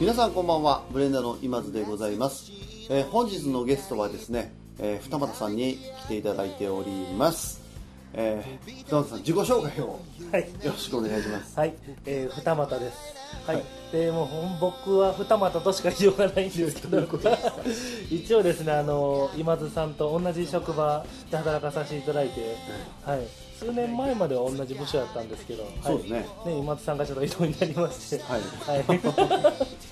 皆さんこんばんは、ブレンダーの今津でございます。本日のゲストはですね、二俣さんに来ていただいております。二俣さん、自己紹介をよろしくお願いします。 はい、二俣です。はい、でもう僕は二俣としか言いようがないんですけど一応ですね、今津さんと同じ職場で働かさせていただいて、はい、数年前までは同じ部署だったんですけど、 そうですね、 今津さんがちょっと異動になりまして、 はいはい、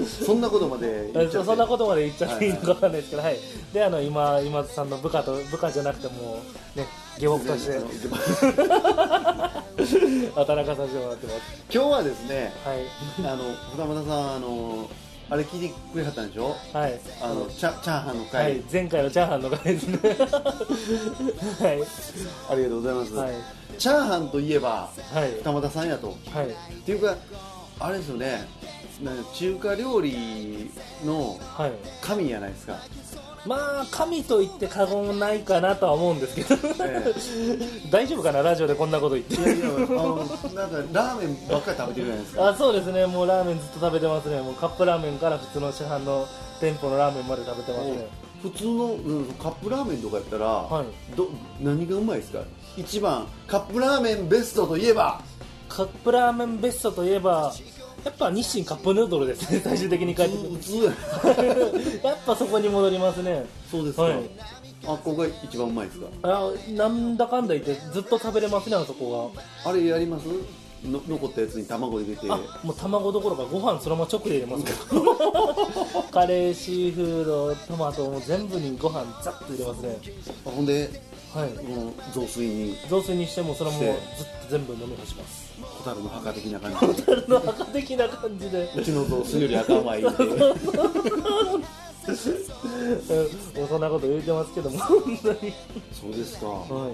そんなことまで言っちゃってそんなことまで言っちゃっていいのかわかんないですけど、はい、で今津さんの部下じゃなくてもね、下僕として働かさせてもらってます。 今日はですね、 はい、 二俣さん、あれ聞いてくれはったんでしょ。 はい、 チャーハンの会、 はい、前回のチャーハンの会ですねはい、 ありがとうございます、 はい、 チャーハンといえば、 はい、 二俣さんやと、 はい、 っていうかあれですよね、中華料理の神じゃないですか。 まあ神と言って過言ないかなとは思うんですけど、大丈夫かな、ラジオでこんなこと言って。 いやいや、なんかラーメンばっかり食べてるじゃないですか。 そうですね、もうラーメンずっと食べてますね。もうカップラーメンから普通の市販の店舗のラーメンまで食べてますね。 普通の、カップラーメンとかやったら、はい、何がうまいですか。一番カップラーメンベストといえば、 カップラーメンベストといえばやっぱ日清カップヌードルですね。最終的に帰ってくる。 普通やっぱそこに戻りますね。 そうですか、はい、ここが一番うまいですか。 なんだかんだ言ってずっと食べれますね、あそこが。 あれやります残ったやつに卵入れて。 もう卵どころかご飯そのまま直で入れますカレー、シーフード、トマトも全部にご飯ザッと入れますね。 ほんで、 はい、 この雑炊にしてもそれもずっと全部飲み干します。 蛍の墓的な感じで。 蛍の墓的な感じで。 うちの雑炊より赤ワインで。 そんなこと言ってますけども、本当に。 そうですか。 はい。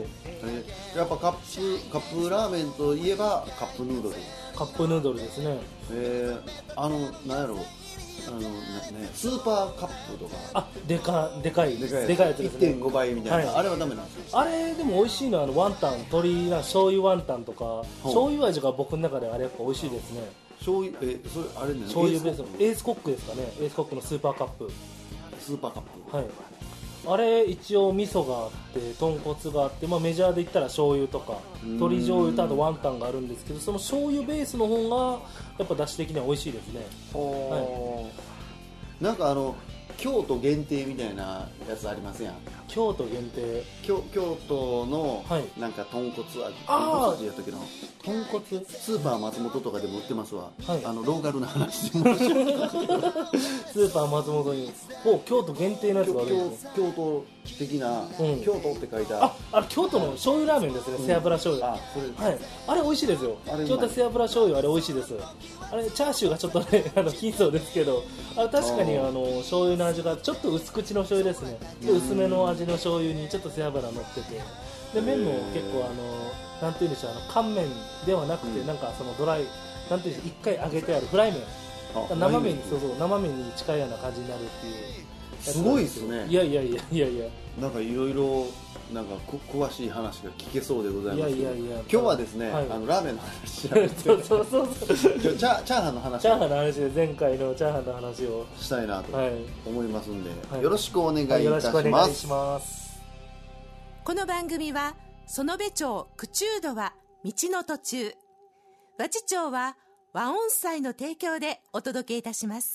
やっぱカップラーメンといえばカップヌードル。 カップヌードルですね。 なんやろう。スーパーカップとか。 でかいやつですね。 1.5 倍みたいな、はい、あれはダメなんですか。 あれでも美味しいのはワンタン、鶏醤油ワンタンとか、醤油味が僕の中であれやっぱ美味しいですね。 醤油、それあれね、 醤油ベースのエースコックですかね。エースコックのスーパーカップ。 スーパーカップ、 はい。あれ一応味噌があって豚骨があって、メジャーで言ったら醤油とか鶏醤油とあとワンタンがあるんですけど、その醤油ベースの方がやっぱ出汁的には美味しいですね。 はい、なんか京都限定みたいなやつありますやん。 京都限定、 京都のなんか豚骨味やったけど、 豚骨スーパー松本とかでも売ってますわ、 はい、 ローカルな話でもスーパー松本に京都限定のやつがあるんですね。 京都的な、京都って書いてある。 あれ京都の醤油ラーメンですね、背脂醤油。あれ美味しいですよ。京都背脂醤油あれ美味しいです。あれチャーシューがちょっとね貧相ですけど、あれ確かに醤油の味がちょっと薄口の醤油ですね。で薄めの味の醤油にちょっと背脂乗ってて、で麺も結構なんていうんでしょう、乾麺ではなくて、なんかそのドライ、なんていうんでしょう、一回揚げてあるフライ麺、生麺に近いような感じになるっていう。 すごいですね。 いやなんかいろいろなんか詳しい話が聞けそうでございますけど、今日はですね、ラーメンの話じゃなくて今日チャーハンの話で、前回のチャーハンの話をしたいなと思いますんで、よろしくお願いいたします。 この番組は園部町口中度は道の途中、和知町は和音祭の提供でお届けいたします。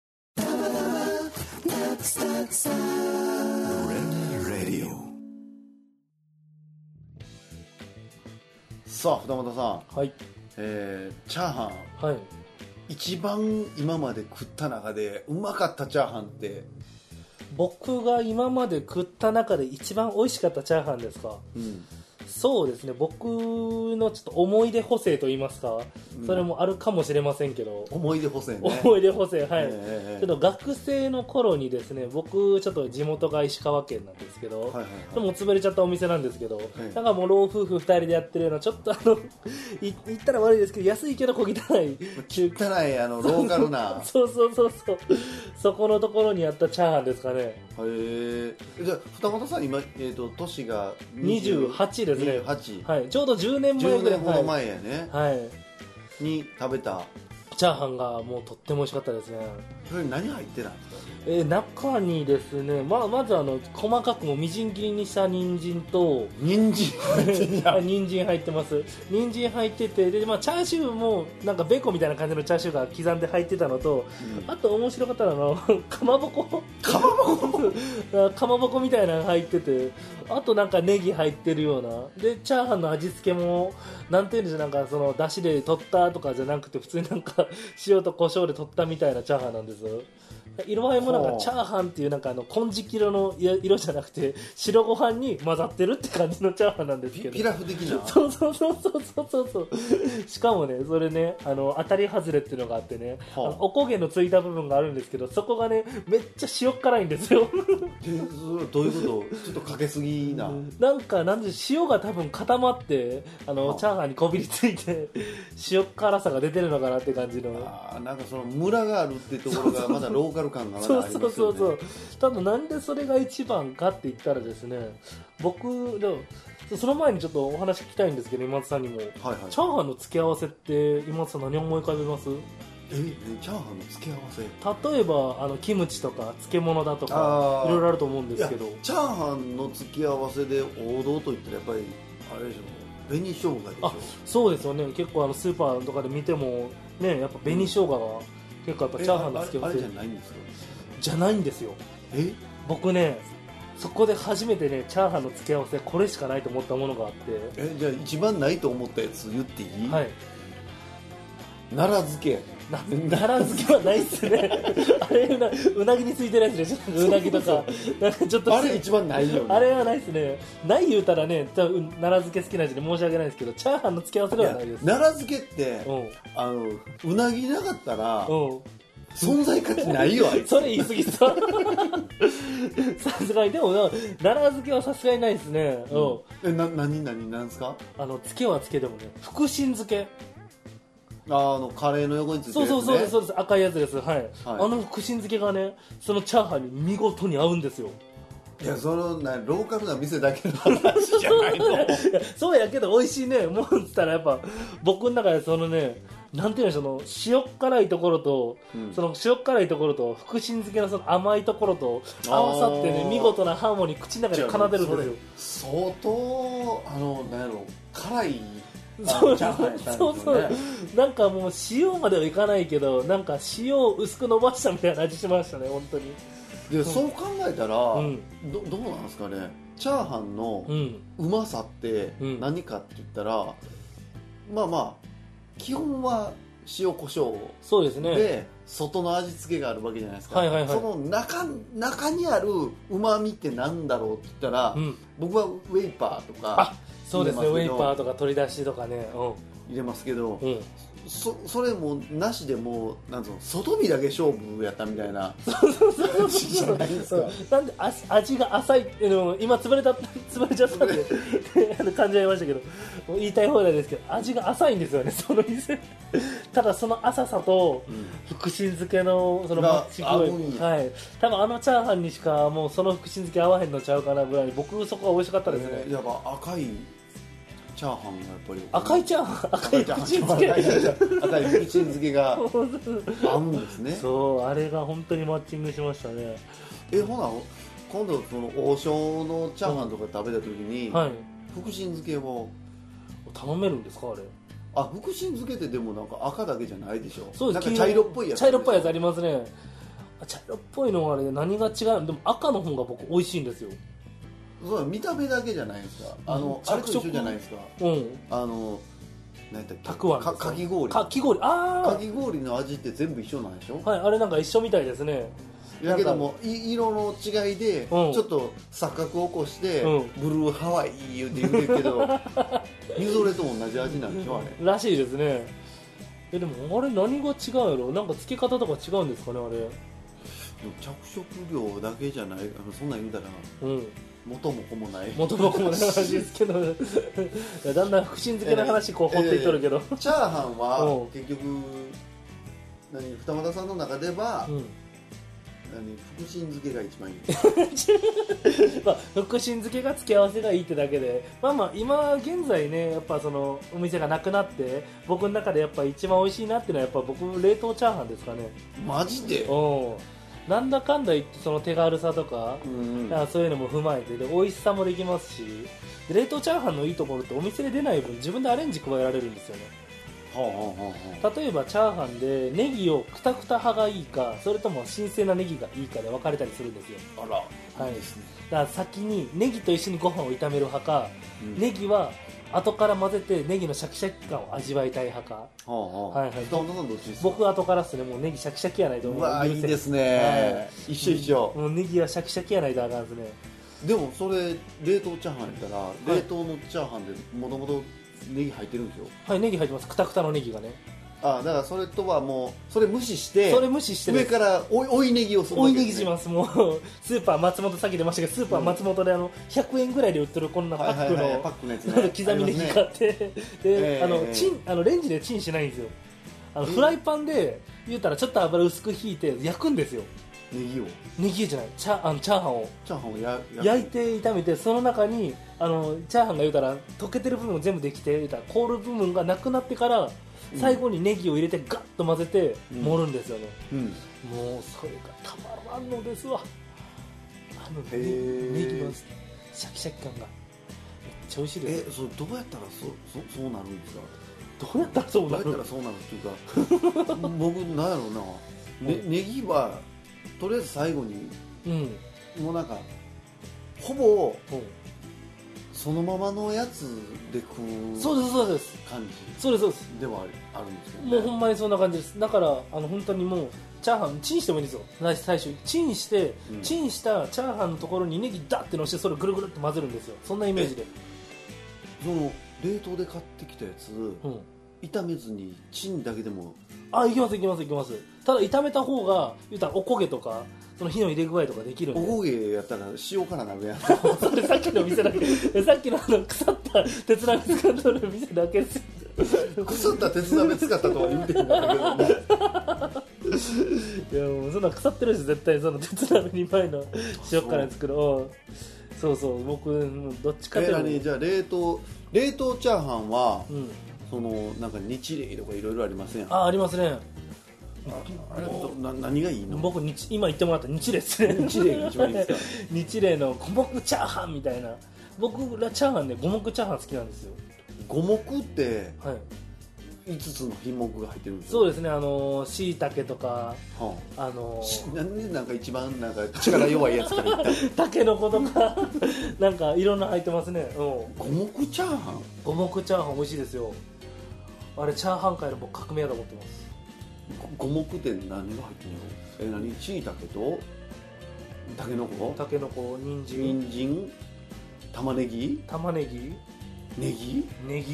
さあ二俣さん、 はい、 チャーハン、はい、一番今まで食った中でうまかったチャーハンって。 僕が今まで食った中で一番美味しかったチャーハンですか。そうですね、僕のちょっと思い出補正といいますか、それもあるかもしれませんけど、 思い出補正ね。 思い出補正、はい。ちょっと学生の頃にですね、僕ちょっと地元が石川県なんですけど、でも潰れちゃったお店なんですけど、なんかもう老夫婦2人でやってるような、ちょっと言ったら悪いですけど、安いけど小汚いローカルなそうそこのところにあったチャーハンですかね。 じゃあ二俣さん今、年が 28ですね。 28、 はい、ちょうど10年前ぐらい、 10年ほど前やね、 はい、 に食べたチャーハンがもうとっても美味しかったですね。 それ何入ってたんですか？ 中にですね、まず細かくもみじん切りにした人参と人参入ってんや人参入ってます。人参入ってて、で、チャーシューもなんかベーコンみたいな感じのチャーシューが刻んで入ってたのと、あと面白かったのはかまぼこかまぼこみたいなのが入ってて、あとなんかネギ入ってるようなで、チャーハンの味付けもなんていうんでしょう、なんかその出汁で取ったとかじゃなくて、普通になんか塩と胡椒で取ったみたいなチャーハンなんです。色合いもなんかチャーハンっていうなんか金色色の色じゃなくて白ご飯に混ざってるって感じのチャーハンなんですけど、 ピラフ的な。 そうしかもね、それね、当たり外れっていうのがあってね、おこげのついた部分があるんですけど、そこがねめっちゃ塩辛いんですよ。 どういうこと？ちょっとかけすぎな。 なんで塩が多分固まってチャーハンにこびりついて塩辛さが出てるのかなって感じの。 なんかそのムラがあるってところがまだローカル感がまだありますよね。そうただなんでそれが一番かって言ったらですね、僕でもその前にちょっとお話聞きたいんですけど、今津さんにも、チャーハンの付け合わせって今津さん何思い浮かべます？ チャーハンの付け合わせ、 例えばキムチとか漬物だとかいろいろあると思うんですけど、 チャーハンの付け合わせで王道といったらやっぱりあれでしょ、紅生姜でしょ。 そうですよね。結構スーパーとかで見てもね、やっぱ紅生姜が結構やっぱチャーハンの付け合わせあれじゃないんですか？ じゃないんですよ。僕ね、そこで初めてね、チャーハンの付け合わせこれしかないと思ったものがあって。 じゃあ一番ないと思ったやつ言っていい？ はい。 奈良漬け。 奈良漬けはないっすね。あれうなぎについてるやつでしょ。うなぎとかなんかちょっとあれ一番ないよね。 あれはないっすね。ない言うたらね、奈良漬け好きな人で申し訳ないですけど、チャーハンの付け合わせではないです。 奈良漬けってうなぎなかったら存在価値ないよ。あいつそれ言い過ぎた。さすがに。でも奈良漬けはさすがにないですね。 何ですか？ 漬けは漬けでもね、福神漬け、 カレーの横についてるやつね。 そうです、赤いやつです。はい。福神漬けがね、そのチャーハンに見事に合うんですよ。 いや、そのローカルな店だけの話じゃないの。 そうやけど美味しいねもんっつったら、やっぱ僕の中でそのね、なんていうの、その塩辛いところと、その塩辛いところと福神漬けのその甘いところと合わさってね、見事なハーモニー口の中で奏でるんですよ。 相当なんやろ、辛いそうなんかもう塩まではいかないけど、なんか塩を薄く伸ばしたみたいな味しましたね、本当に。 でそう考えたら、どうなんですかね、チャーハンのうまさって何かって言ったら、まあ基本は塩コショウそうですね。 で外の味付けがあるわけじゃないですか。その中にあるうまみってなんだろうって言ったら、僕はウェイパーとか。 そうですね、ウェイパーとか取り出しとかね、 入れますけど、それもなしでもうなんぞ外見だけ勝負やったみたいな感じじゃないですか。 なんで味が浅いっていうのを今潰れちゃったんで感じちゃいましたけど、言いたい放題ですけど、味が浅いんですよね、その店。ただその浅さと福神漬けのそのマッチ具合、はい、多分チャーハンにしかもうその福神漬け合わへんのちゃうかなぐらい、僕そこは美味しかったですね。 やっぱ赤いチャーハンがやっぱり赤いチャーハン、赤い福神漬け、 赤い福神漬けが合うんですね。 そう、あれが本当にマッチングしましたね。 ほな今度その王将のチャーハンとか食べた時に、福神漬けを頼めるんですか？あれ福神漬けってでもなんか赤だけじゃないでしょ。 そうです、 なんか茶色っぽいやつ、 茶色っぽいやつありますね。茶色っぽいのはあれ何が違う？でも赤の方が僕美味しいんですよ。 そう見た目だけじゃないですか。あれと一緒じゃないですか。何だっけ、かき氷。かき氷の味って全部一緒なんでしょ。 はい、あれなんか一緒みたいですね。 だけども色の違いでちょっと錯覚を起こして、ブルーハワイ言うて言うけどみぞれと同じ味なんでしょ、あれ。 らしいですね。でもあれ何が違うんやろ。なんか付け方とか違うんですかね、あれ。 着色料だけじゃない、そんなん言うたら元も子もない話ですけどだんだん福神漬けの話こう掘っていっとるけど、 チャーハンは結局二俣さんの中では、 福神漬けが一番いいまあ、福神漬けが付け合わせがいいってだけで、まあまあ今現在ね、やっぱそのお店がなくなって僕の中でやっぱ一番美味しいなっていうのはやっぱ僕冷凍チャーハンですかね。 マジで。 なんだかんだ言ってその手軽さとか、そういうのも踏まえてで美味しさもできますし、で冷凍チャーハンのいいところってお店で出ない分自分でアレンジ加えられるんですよね。例えばチャーハンでネギをクタクタ派がいいか、それとも新鮮なネギがいいかで分かれたりするんですよ。 あら、 はい、 いいですね。 だから先にネギと一緒にご飯を炒める派か、ネギは後から混ぜてネギのシャキシャキ感を味わいたい派か。 はいはい。北本さんどっちですか？ 僕は後からですね。もうネギシャキシャキやないと思う。 うわ、いいですね。一緒一緒。 もうネギはシャキシャキやないとあかんですね。 でもそれ冷凍チャーハンやったら、冷凍のチャーハンでもともとネギ入ってるんですよ。 はい、ネギ入ってます。クタクタのネギがね。 だからそれとはもうそれ無視して上から追いネギをするわけです、ね、 追いネギします。もうスーパー松本、さっき出ましたけどスーパー松本で100円ぐらいで売ってるこんなパックの刻みネギ買ってでレンジでチンしないんですよ。フライパンで言ったらちょっと油薄く引いて焼くんですよ。ネギじゃないチャーハンを焼いて炒めて、その中にチャーハンが言うたら溶けてる部分も全部できて、凍る部分がなくなってから最後にネギを入れてガッと混ぜて盛るんですよね。もうそれがたまらんのですわ。ネギのシャキシャキ感がめっちゃ美味しいです。 それどうやったらそうなるんですか？ どうやったらそうなるっていうか僕なんやろうな、ネギはとりあえず最後に、もうなんかほぼそのままのやつで食うそうです感じそうですではあるんですけどね。 もうほんまにそんな感じです。だから本当にもうチャーハンチンしてもいいんですよ。最初チンしたチャーハンのところにネギダッてのして、それをぐるぐるっと混ぜるんですよ。そんなイメージで。 その冷凍で買ってきたやつ、炒めずにチンだけでもいきますいきますいきます。ただ炒めた方が言ったらおこげとかその火の入れ具合とかできるんで。 おこげやったら塩辛なるやんそれさっきの店だけさっきの腐った鉄鍋使ってる店だけですよ。 腐った鉄鍋使ったとは言うてんだけどねいやもうそんな腐ってるし絶対その鉄鍋2枚の塩辛作る。そう僕どっちかっていうとじゃあ冷凍チャーハンは、そのなんか日冷とかいろいろありません？ ありますね。 何がいいの？ 僕今言ってもらった日冷ですね。 日冷が一番いいですか？ 日冷の五目チャーハンみたいな。僕らチャーハンで五目チャーハン好きなんですよ。 五目って5つの品目が入ってるんですよ。 そうですね。しいたけとか、 なんでなんか一番なんか力弱いやつから言ったたけのことかなんかいろんな入ってますね。 五目チャーハン？ 五目チャーハン美味しいですよ。あれチャーハン界の僕革命だと思ってます。 五目って何が入ってるの？何？しいたけとたけのこ、人参、玉ねぎ、ネギ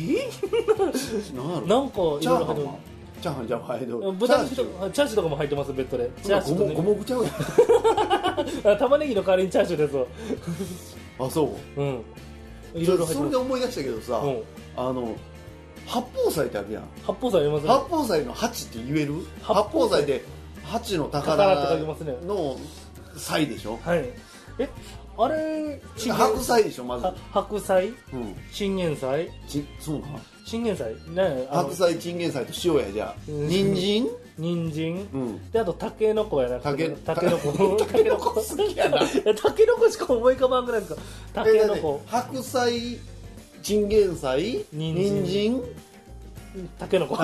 なんかいろいろ入ってる。 チャーハンじゃないの？ 豚肉とかチャーシューとかも入ってます。ベッドでチャーシューと五目ちゃうやん玉ねぎの代わりにチャーシューですよ。 そう。いろいろ入ってます。それで思い出したけどさ、八宝菜ってあるやん。 八宝菜ありますね。 八宝菜の八って言える？八宝菜で八の宝の菜でしょ？ はい。あれ白菜でしょ？まず白菜、チンゲン菜、 そうな。 チンゲン菜ね。 白菜、チンゲン菜と塩や。じゃあ人参、 であとタケノコやな。タケノコ好きやな。 タケノコしか思い浮かばんぐらいですか。タケノコ、 白菜、チンゲン菜、人参、 タケノコ、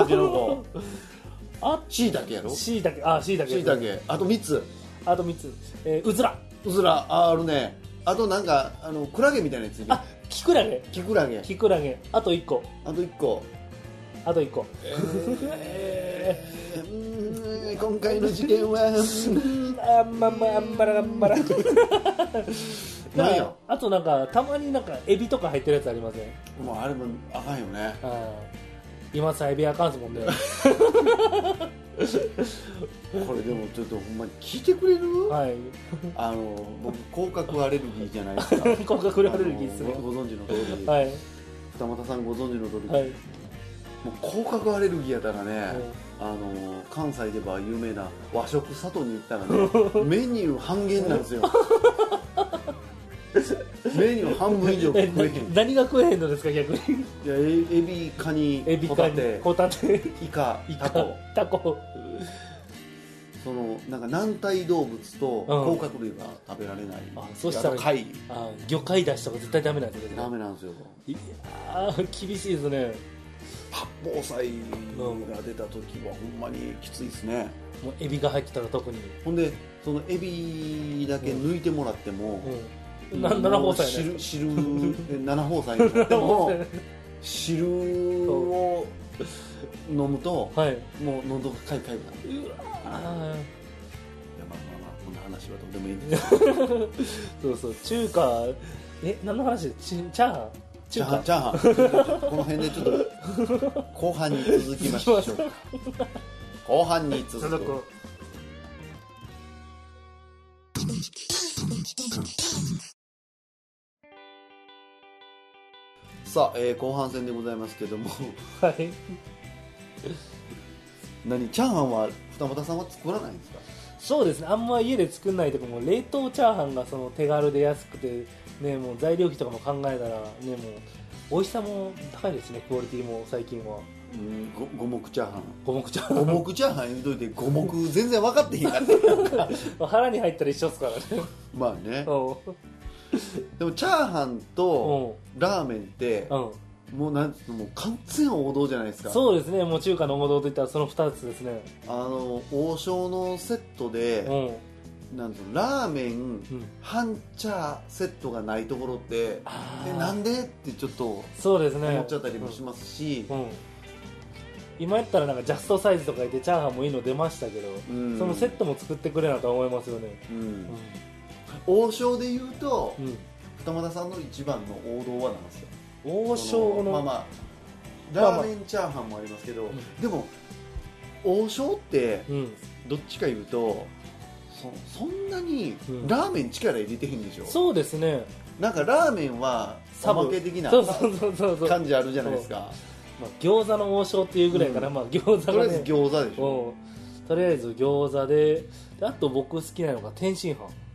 しいたけやろ？ しいたけ、あと3つ、 うずらあるね。あとなんかクラゲみたいなやつ。 キクラゲ、あと1個、 今回の事件はあんばらなんや。あとなんかたまになんかエビとか入ってるやつありません？ もうあれもあかんよね。 今さエビあかんすもんね。 これでもちょっとほんまに聞いてくれる？ はい。 僕甲殻アレルギーじゃないですか。 甲殻アレルギーですね。 ご存知の通り。 はい。 二俣さんご存知の通り。 はい。 もう甲殻アレルギーやったらね、関西では有名な和食里に行ったらねメニュー半減なんですよメニュー半分以上食えへん。 何が食えへんのですか逆に。 いや、エビ、カニ、ホタテ、イカ、 タコ。 そのなんか軟体動物と甲殻類が食べられない。 そうしたら貝、 魚介だしとか絶対ダメなんですよね。 ダメなんですよ。 いや厳しいですね。 八宝菜が出た時はほんまにきついですね。 もうエビが入ってたら特に。 ほんでそのエビだけ抜いてもらっても、 7宝菜ね。 汁7宝菜になっても汁を飲むと、もう喉がかゆかゆになる。いや、まあこんな話はどうでもいいんですそうそう、中華、何の話？チャーハン？ チャーハンこの辺でちょっと後半に続きましょう。後半に続く。さあ、後半戦でございますけどもはい。 チャーハンは二俣さんは作らないんですか？ そうですね、あんま家で作んないとかも冷凍チャーハンがその手軽で安くて、ね、もう材料費とかも考えたら、ね、もう美味しさも高いですね、クオリティも最近は。 五目チャーハン。 五目チャーハン。 五目チャーハン言うといて五目全然分かってへんかった腹に入ったら一緒ですからね。 まあね。でもチャーハンとラーメンって、もうもう完全王道じゃないですか。 そうですね、もう中華の王道といったらその2つですね。 王将のセットで、ラーメン、半茶セットがないところってなんでってちょっとそうですね、 思っちゃったりもしますし、 今やったらなんかジャストサイズとか言ってチャーハンもいいの出ましたけど、そのセットも作ってくれなと思いますよね。 王将でいうと、二俣さんの一番の王道は何ですか？ 王将のラーメンチャーハンもありますけど、でも王将ってどっちかいうとそんなにラーメン力入れてへんでしょ。 そうですね、 なんかラーメンはおまけ的な感じあるじゃないですか。 餃子の王将っていうぐらいから、餃子がね、 とりあえず餃子でしょ。 とりあえず餃子で、あと僕好きなのが天津飯。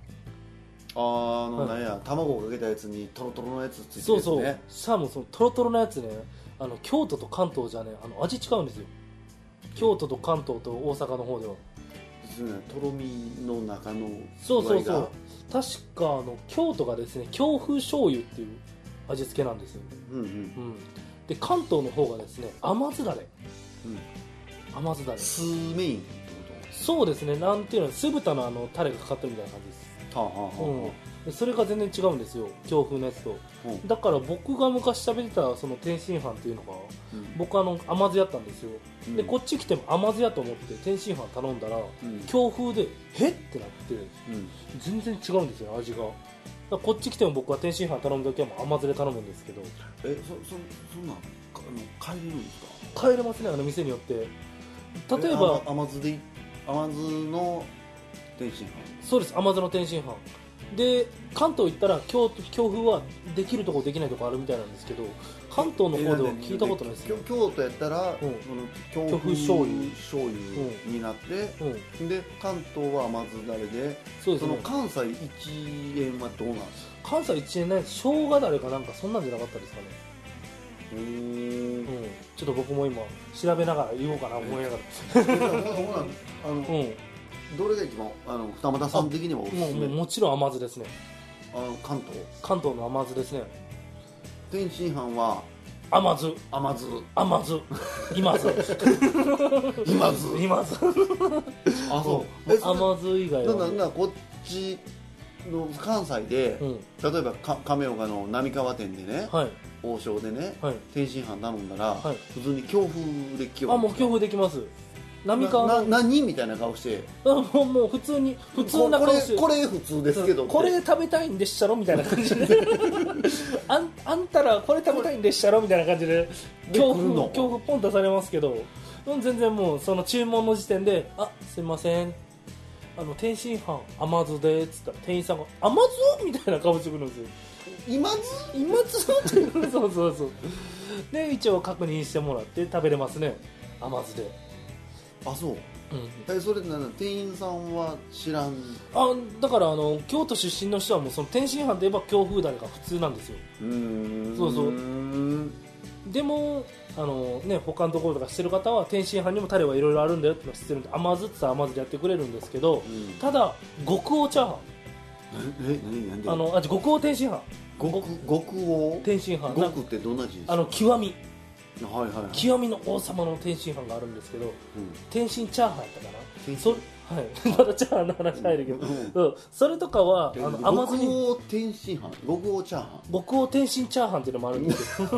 なんや、卵をかけたやつにトロトロのやつついてるやつね。 そう、しかもそのトロトロのやつね、京都と関東じゃね、味違うんですよ。京都と関東と大阪の方ではとろみの中のそう確か京都がですね、京風醤油っていう味付けなんですよ。で関東の方がですね、甘酢だれ。甘酢だれ酢メインってこと？ そうですね、なんていうの、酢豚のタレがかかってるみたいな感じです。それが全然違うんですよ、京風のやつと。だから僕が昔食べてたその天津飯っていうのが、僕甘酢やったんですよ。でこっち来ても甘酢やと思って天津飯頼んだら、京風でへってなって、全然違うんですよ、味が。こっち来ても僕は天津飯頼むときはもう甘酢で頼むんですけど。 そんなん買えるんですか？ 買えれますね、店によって。例えば甘酢の天津飯。 そうです、甘酢の天津飯で、関東行ったら京風はできるとこできないとこあるみたいなんですけど、関東の方では聞いたことないですね。 京都やったら京風醤油になって、で関東は甘酢だれで、その関西一円はどうなんですか？ 関西一円ない、生姜だれかなんかそんなんじゃなかったですかね。ちょっと僕も今調べながら言おうかな思いながら。 どれが一番二俣さん的にはおすすめ？ もちろん甘酢ですね。 関東の甘酢ですね。 天津飯は甘酢今津甘酢以外はこっちの関西で、例えば亀岡の浪川店でね、王将でね、天津飯頼んだら、普通に京風できよう。 もう京風できます。浪川何みたいな顔して、 もう普通な顔して、 これ普通ですけど、 これ食べたいんでっしゃろみたいな感じであんたらこれ食べたいんでっしゃろみたいな感じで京風ポンとされますけど、全然もうその注文の時点で、すいません、天津飯甘酢でっつったら店員さんが甘酢みたいな顔してくるんですよ。 今津ってそうそうそうで一応確認してもらって食べれますね、甘酢で。 あ、そう、それなんだ、店員さんは知らん。 だから京都出身の人はもうその天津飯といえば京風だれが普通なんですよ。そうそう。でも他のところとかしてる方は天津飯にもタレはいろいろあるんだよってのは知ってるんで、甘酢って言ったら甘酢でやってくれるんですけど、ただ極黄チャーハン、なんで極黄天津飯、 極黄天津飯、 極ってどんな字ですか？ 極み、 はいはいはい、 極みの王様の天津飯があるんですけど、天津チャーハンやったかな、はい、まだチャーハンの話入るけど、それとかは甘酢に極黄天津飯、極黄チャーハン、 極黄天津チャーハンっていうのもあるんですよ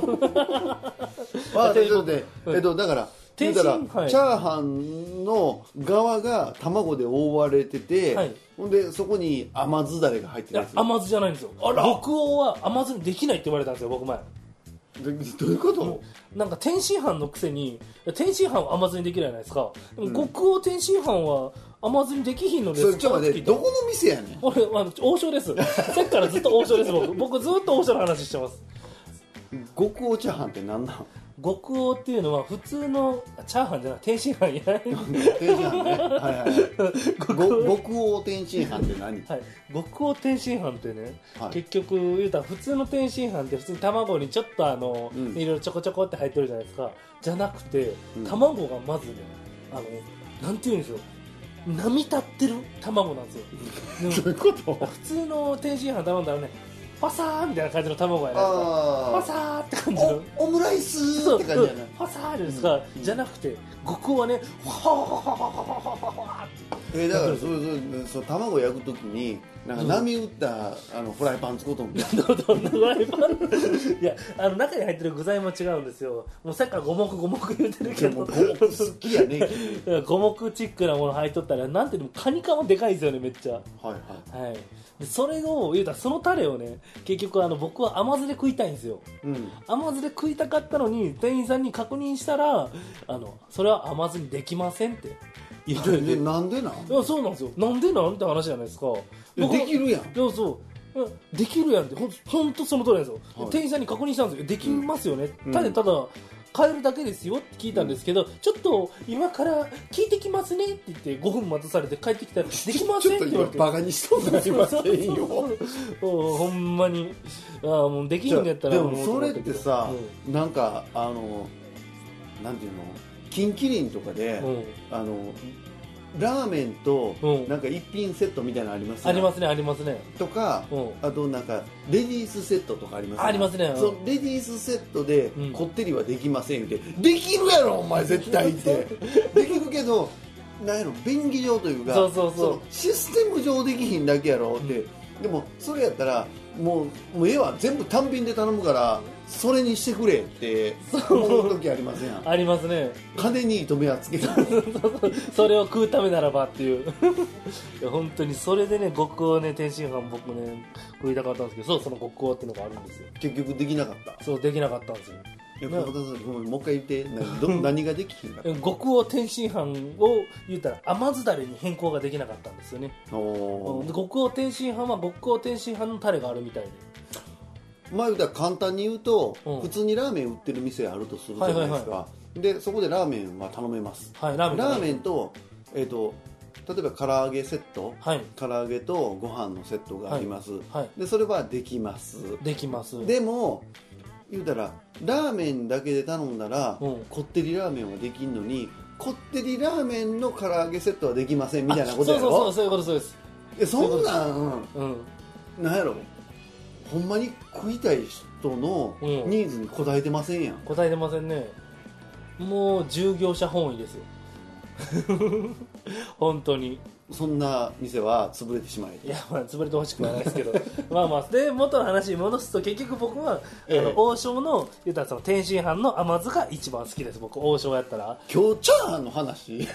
だからチャーハンの側が卵で覆われてて、ほんでそこに甘酢だれが入ってるやつ。 甘酢じゃないんですよ。極黄は甘酢にできないって言われたんですよ、僕前。 どういうこと？ なんか天津飯のくせに天津飯は甘酢にできるじゃないですか。でも極黄天津飯は甘酢にできひんのですか？ それちょっと待って、どこの店やねん。 俺王将です。さっきからずっと王将です。僕ずっと王将の話してます。 極黄チャーハンって何なん？ 極黄っていうのは普通のチャーハンじゃない、天津飯や天津飯ね、はいはい極黄天津飯って何？ はい、極黄天津飯ってね、結局言うたら普通の天津飯って普通に卵にちょっといろいろちょこちょこって入ってるじゃないですか。じゃなくて卵がまずね、なんていうんですよ、波立ってる卵なんですよ。 どういうこと？ 普通の天津飯頼んだらね、パサーみたいな感じの卵やないですか。パサーって感じのオムライスって感じやな。 パサーですか、じゃなくて極黄はね、ファーってだからそう卵焼くときになんか波打ったフライパン使うと思う。 どんなフライパンいや中に入ってる具材も違うんですよ。もうさっきから五目言うてるけど、 五目好きやね。 五目チックなもの入っとったらなんていうの、カニカマでかいですよね、めっちゃ。 はいはい。でそれを言うたらそのタレをね、結局僕は甘酢で食いたいんですよ。甘酢で食いたかったのに店員さんに確認したらそれは甘酢にできませんって言われて。 なんでなん？ いや、そうなんですよ。なんでなんって話じゃないですか。 できるやん。 いや、そうできるやんってほんとその通りなんですよ。店員さんに確認したんですよ。できますよね、ただ変えるだけですよって聞いたんですけど、ちょっと今から聞いてきますねって言って5分待たされて帰ってきたら、できませんって言われて、 バカにしとんなりませんよ。 ほんまにもうできんのやったら。 でもそれってさ、なんかなんていうの、キンキリンとかでラーメンとなんか一品セットみたいなのありますね。 ありますね、ありますね。 とか、あとなんかレディースセットとかありますね。 ありますね。 そのレディースセットでこってりはできませんって、できるやろお前絶対ってできるけど、なんやろ、便宜上というか、 そうシステム上できひんだけやろって。でもそれやったらもうええわ、全部単品で頼むからそれにしてくれって思う時ありません？ ありますね。 金に糸目はつけたそれを食うためならばっていういや本当にそれでね、極黄ね、天津飯僕ね食いたかったんですけど、その極黄っていうのがあるんですよ。 結局できなかった。 そう、できなかったんですよ。 もう一回言って、何ができひんかった？ 極黄天津飯を言ったら甘酢だれに変更ができなかったんですよね。極黄天津飯は極黄天津飯のタレがあるみたいで、 言うたら簡単に言うと、普通にラーメン売ってる店あるとするじゃないですか。でそこでラーメンは頼めます。ラーメンと例えば唐揚げセット、唐揚げとご飯のセットがあります。でそれはできます。でも言うたらラーメンだけで頼んだら、こってりラーメンはできんのに、こってりラーメンの唐揚げセットはできませんみたいなことやろ。 そういうこと、そうです。 そんなんなんやろ、ほんまに食いたい人のニーズに応えてませんやん。 応えてませんね。もう従業者本位ですよ本当に。 そんな店は潰れてしまえ。 いや、潰れてほしくはないですけどで元の話に戻すと、結局僕は、王将の言ったらその天津飯の甘酢が一番好きです。僕王将やったら。 今日チャーハンの話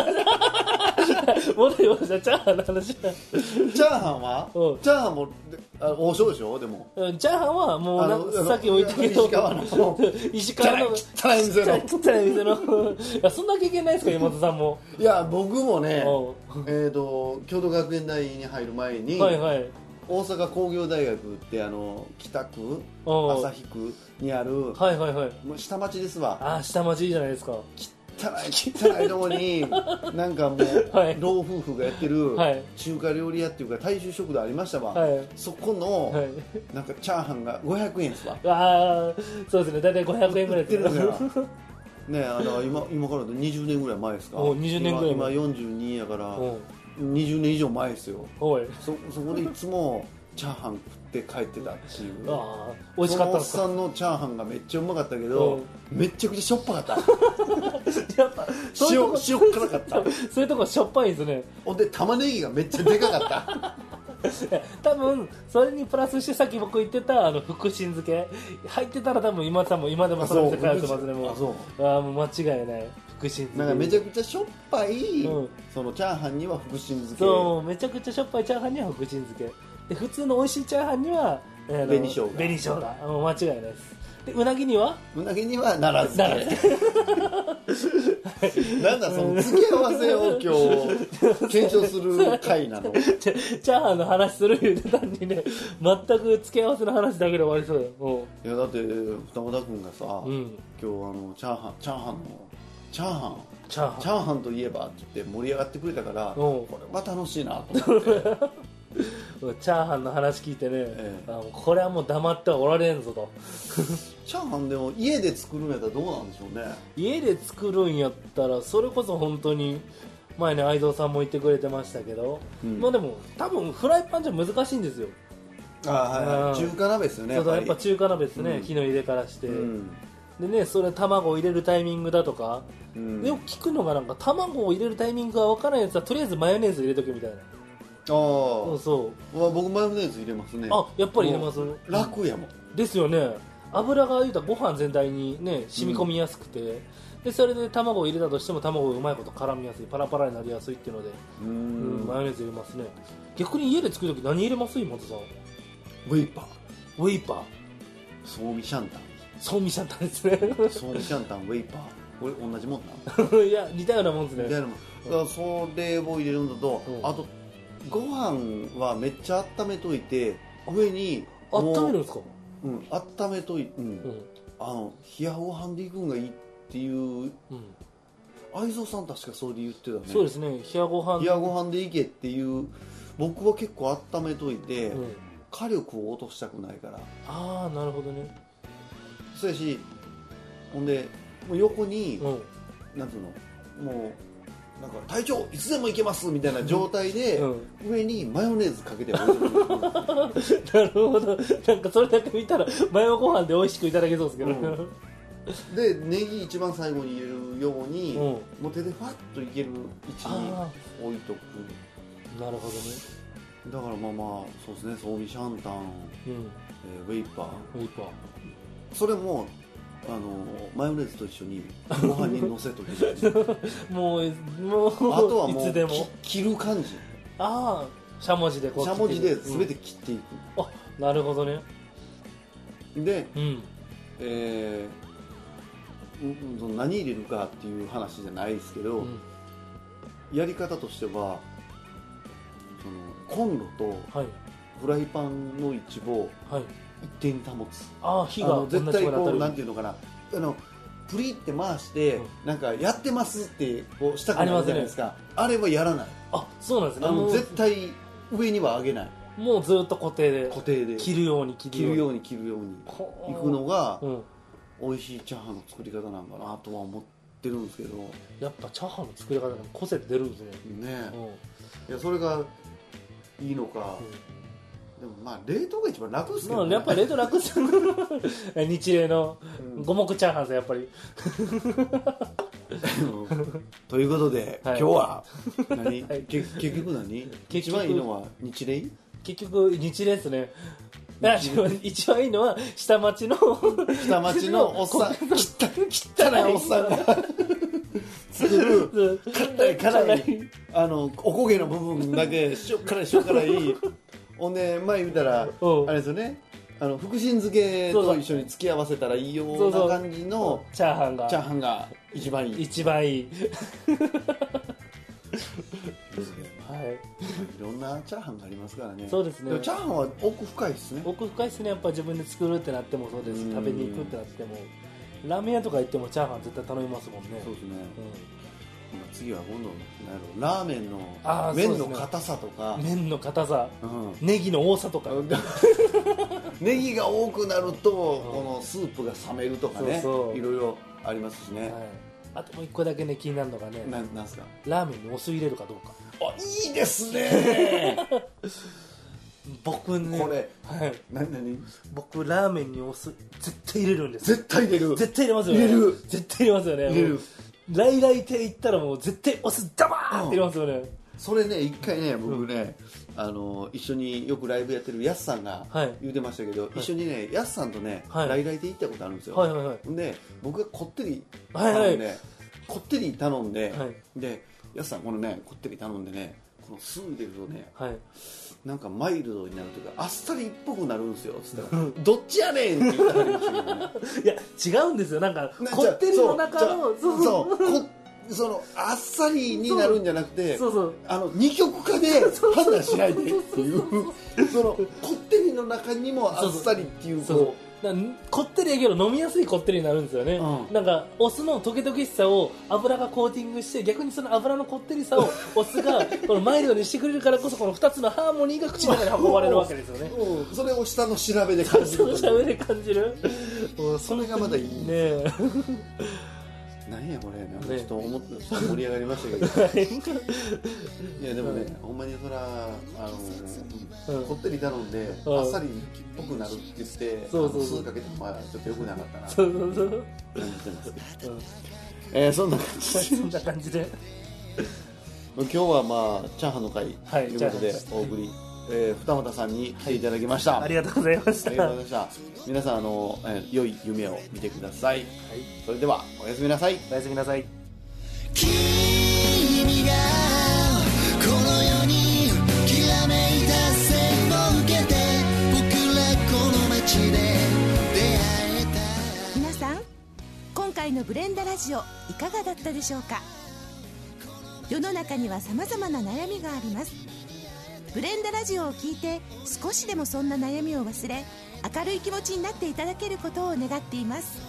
戻りました。チャーハンの話。チャーハンはチャーハンも王将でしょ。でもチャーハンはもうさっき置いたけど、石川の汚い店のいや、そんな経験ないですか、山田さんも。 いや僕もね、京都学園大に入る前に、 大阪工業大学って北区旭区にある、 はいはいはい、 もう下町ですわ。 あ、下町いいじゃないですか。 汚いとこになんかもう、 はい、 老夫婦がやってるはい中華料理屋っていうか大衆食堂ありましたわ、 はい、 そこの、 はい、 なんかチャーハンが500円ですわ。 ああ、そうですね、大体500円ぐらいですね、今から20年ぐらい前ですか。 20年ぐらい前。 今42やから20年以上前ですよ。そこでいつもチャーハン食って帰ってたっていう。 あ、美味しかったんですか。 そのおっさんのチャーハンがめっちゃうまかったけど、めっちゃくちゃしょっぱかったやっぱ塩辛かったそういうとこしょっぱいんですね。 ほんで玉ねぎがめっちゃでかかった多分それにプラスしてさっき僕言ってた福神漬け入ってたら多分今でもその店通ってますね。もうもう間違いない福神漬け。 なんかめちゃくちゃしょっぱい、そのチャーハンには福神漬け。 そう、めちゃくちゃしょっぱいチャーハンには福神漬けで、普通の美味しいチャーハンには紅生姜。もう間違いないです。でうなぎには奈良漬けなんだその付け合わせを今日検証する回なの。 チャーハンの話する言うてたんにね、全く付け合わせの話だけで終わりそうよ。 いやだって二俣君がさ、今日チャーハンといえばって言って盛り上がってくれたから、これは楽しいなと思ってチャーハンの話聞いてね、これはもう黙ってはおられんぞとチャーハンでも家で作るんやったらどうなんでしょうね。 家で作るんやったらそれこそ本当に前ね愛蔵さんも言ってくれてましたけど、まあでも多分フライパンじゃ難しいんですよ。 中華鍋ですよね。 やっぱ中華鍋ですね、火の入れからして、でね、それ卵を入れるタイミングだとか、でよく聞くのがなんか卵を入れるタイミングが分からないやつはとりあえずマヨネーズ入れとけみたいな。 僕マヨネーズ入れますね。 やっぱり入れます。 楽やもんですよね。油が言うたらご飯全体にね染み込みやすくて、でそれで卵を入れたとしても卵がうまいこと絡みやすい、パラパラになりやすいっていうので、マヨネーズ入れますね。逆に家で作るとき何入れます今田さん。 ウェイパーソーミシャンタンですね。 ソーミシャンタンウェイパーこれ同じもんないや似たようなもんですね。 似たようなもん。それを入れるのと、あとご飯はめっちゃ温めといて上に温めるんですか。 温めといて、冷やご飯でいくんがいいっていう、愛蔵さん確かそれで言ってたね。 そうですね、冷やご飯でいけっていう。僕は結構温めといて、火力を落としたくないから。 ああなるほどね。 そうやし、ほんでもう横に、なんつうの、もうなんか隊長いつでも行けますみたいな状態で、上にマヨネーズかけて置いてるなるほど。なんかそれだけ見たらマヨご飯で美味しくいただけそうですけど、 でネギ一番最後に入れるように、もう手でファッといける位置に置いとく。 なるほどね。 だからまあそうですね、ソーミシャンタン、ウェイパーそれもマヨネーズと一緒にご飯にのせとけもうあとはもう切る感じ。 しゃもじでこうしゃもじで全て切っていく。 なるほどね。 で、何入れるかっていう話じゃないですけど、やり方としてはそのコンロとフライパンの位置を一定に保つ。 火が絶対こうなんていうのかな、プリって回して、なんかやってますってこうしたくなるじゃないですか。あれはやらない。 そうなんですね。 絶対上には上げない。 もうずっと固定で切るようにいくのが美味しいチャーハンの作り方なんかなとは思ってるんですけど。 やっぱチャーハンの作り方に個性出るんですね。 いやそれがいいのか。でもまあ冷凍が一番楽ですけどね。 やっぱり冷凍楽ですよ日例の五目チャーハンですやっぱりということで、今日は結局何一番いいのは日例。 結局日例ですね。一番いいのは下町のおっさん、汚いおっさんが作る辛いおこげの部分だけしょっ辛いほんで前言うたらあれですよね、福神漬けと一緒に付き合わせたらいいような感じのチャーハンが一番いいはいいろんなチャーハンがありますからね。 そうですね。 でもチャーハンは奥深いですね。 奥深いですね。やっぱ自分で作るってなってもそうです。食べに行くってなっても、ラーメン屋とか行ってもチャーハン絶対頼みますもんね。 そうですね。次は今度ラーメンの麺の硬さとか、 麺の硬さ、ネギの多さとかネギが多くなるとこのスープが冷めるとかね、いろいろありますしね。 あともう一個だけね気になるのがね、 なんすか？ ラーメンにお酢入れるかどうか。 いいですね。 僕ね、 これ僕ラーメンにお酢絶対入れるんです。 絶対入れる。 絶対入れますよね。絶対入れますよね。入れる。来来亭行ったらもう絶対お酢ダバーって入れますよね。 それね、一回ね、僕ね、一緒によくライブやってるヤスさんが言うてましたけど、一緒にね、ヤスさんとね、来来亭行ったことあるんですよ。で、僕がこってり頼んで、で、ヤスさんこのね、こってり頼んでね、この酢入れるとね、なんかマイルドになるというか、あっさりっぽくなるんですよ。つったらどっちやねんって言ってはりましたけどね。 いや違うんですよ。なんかこってりの中のそのあっさりになるんじゃなくて、二極化で判断しないでっていう、そのこってりの中にもあっさりっていうこってりやけど飲みやすいこってりになるんですよね。なんかお酢のトゲトゲしさを油がコーティングして、逆にその油のこってりさをお酢がこのマイルドにしてくれるからこそ、この2つのハーモニーが口の中に運ばれるわけですよね。 それを下の調べで感じる。 調べで感じる。 それがまたいいね。 なんやこれ、なんかちょっと思って盛り上がりましたけど。いやでもね、ほんまにそらこってり頼んであっさりっぽくなるって言って酢かけてもまだちょっと良くなかったな。感じてますけど。そんな感じで。 今日はまあチャーハンの会ということでお送り。二俣さんに来ていただきました。 ありがとうございました。 皆さん良い夢を見てください。それではおやすみなさい。 おやすみなさい。 君がこの世にきらめいた線を受けて、僕らこの街で出会えた。 皆さん、今回のブレンダラジオいかがだったでしょうか。世の中には様々な悩みがあります。ブレンダラジオを聞いて少しでもそんな悩みを忘れ、明るい気持ちになっていただけることを願っています。